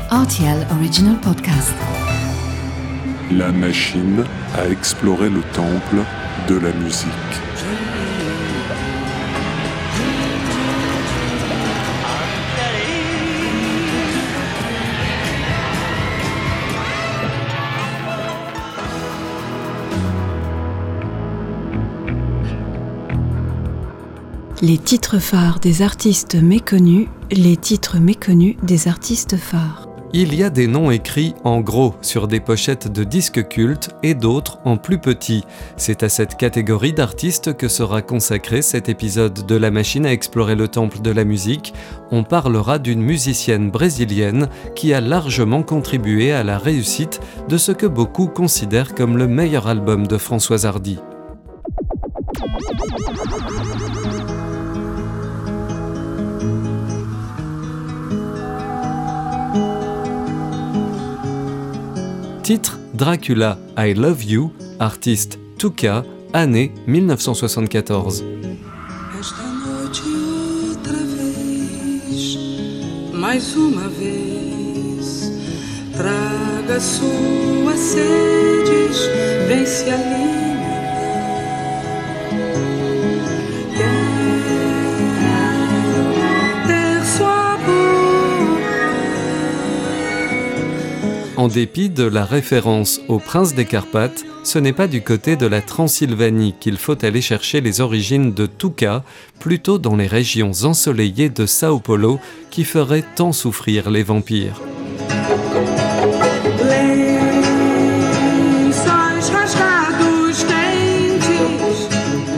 RTL Original Podcast. La machine a exploré le temple de la musique. Les titres phares des artistes méconnus, les titres méconnus des artistes phares. Il y a des noms écrits en gros sur des pochettes de disques cultes et d'autres en plus petits. C'est à cette catégorie d'artistes que sera consacré cet épisode de La Machine à explorer le temple de la musique. On parlera d'une musicienne brésilienne qui a largement contribué à la réussite de ce que beaucoup considèrent comme le meilleur album de Françoise Hardy. Titre Dracula, I Love You, artiste Tuca, année 1974. Esta noite outra vez, mais uma vez, traga suas sedes, vem se alimentar. Quero ter sua boca. En dépit de la référence au prince des Carpates, ce n'est pas du côté de la Transylvanie qu'il faut aller chercher les origines de Tuca, plutôt dans les régions ensoleillées de Sao Paulo qui feraient tant souffrir les vampires. Lençóis rasgados quentes,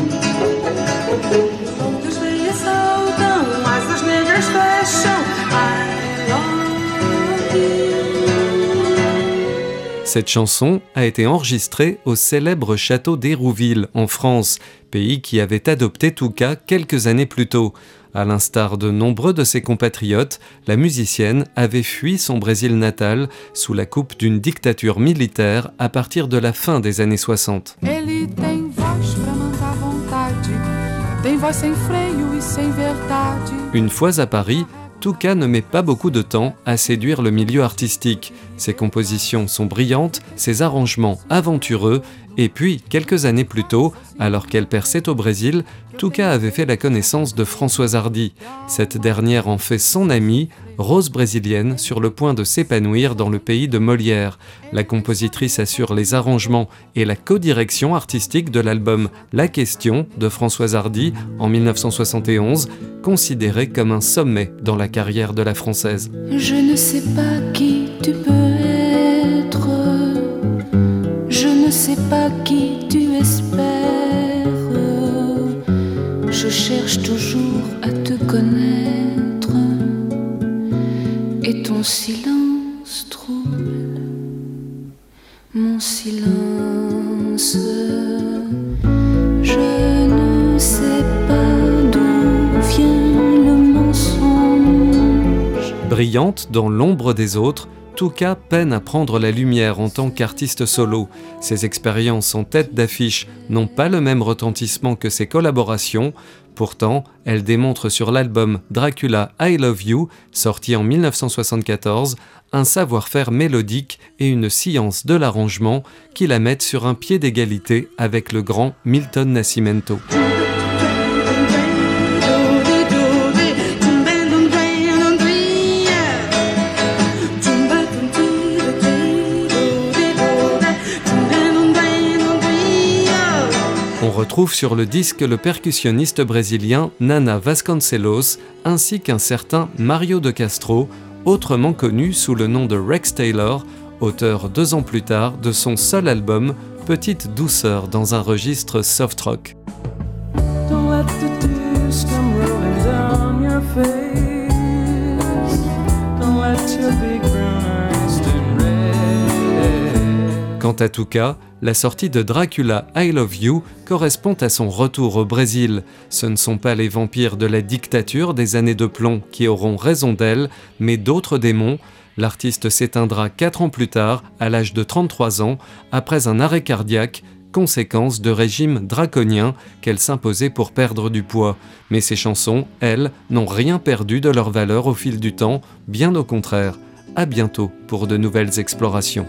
as veias saltam, asas negras fecham. I love you. Cette chanson a été enregistrée au célèbre château d'Hérouville, en France, pays qui avait adopté Tuca quelques années plus tôt. À l'instar de nombreux de ses compatriotes, la musicienne avait fui son Brésil natal sous la coupe d'une dictature militaire à partir de la fin des années 60. Ele tem voz pra mandar vontade, tem voz sem freio e sem verdade. Une fois à Paris, Tuca ne met pas beaucoup de temps à séduire le milieu artistique. Ses compositions sont brillantes, ses arrangements aventureux, et puis, quelques années plus tôt, alors qu'elle perçait au Brésil, Tuca avait fait la connaissance de Françoise Hardy. Cette dernière en fait son amie, rose brésilienne, sur le point de s'épanouir dans le pays de Molière. La compositrice assure les arrangements et la codirection artistique de l'album La Question de Françoise Hardy en 1971, considéré comme un sommet dans la carrière de la Française. Je ne sais pas qui tu peux être, je ne sais pas qui tu espères, je cherche toujours à te connaître, et ton silence trouble mon silence. Je ne sais pas d'où vient le mensonge. Brillante dans l'ombre des autres, Tuca peine à prendre la lumière en tant qu'artiste solo. Ses expériences en tête d'affiche n'ont pas le même retentissement que ses collaborations. Pourtant, elle démontre sur l'album Dracula I Love You, sorti en 1974, un savoir-faire mélodique et une science de l'arrangement qui la mettent sur un pied d'égalité avec le grand Milton Nascimento. On retrouve sur le disque le percussionniste brésilien Nana Vasconcelos ainsi qu'un certain Mario de Castro, autrement connu sous le nom de Rex Taylor, auteur 2 ans plus tard de son seul album Petite douceur dans un registre soft rock. Don't let the tears come rolling down your face. Don't let your big brown eyes turn red. Quant à Tuca, la sortie de Dracula I Love You correspond à son retour au Brésil. Ce ne sont pas les vampires de la dictature des années de plomb qui auront raison d'elle, mais d'autres démons. L'artiste s'éteindra 4 ans plus tard, à l'âge de 33 ans, après un arrêt cardiaque, conséquence de régime draconien qu'elle s'imposait pour perdre du poids. Mais ses chansons, elles, n'ont rien perdu de leur valeur au fil du temps, bien au contraire. À bientôt pour de nouvelles explorations.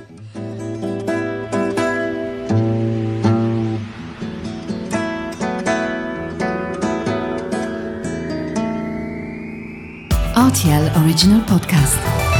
RTL Original Podcast.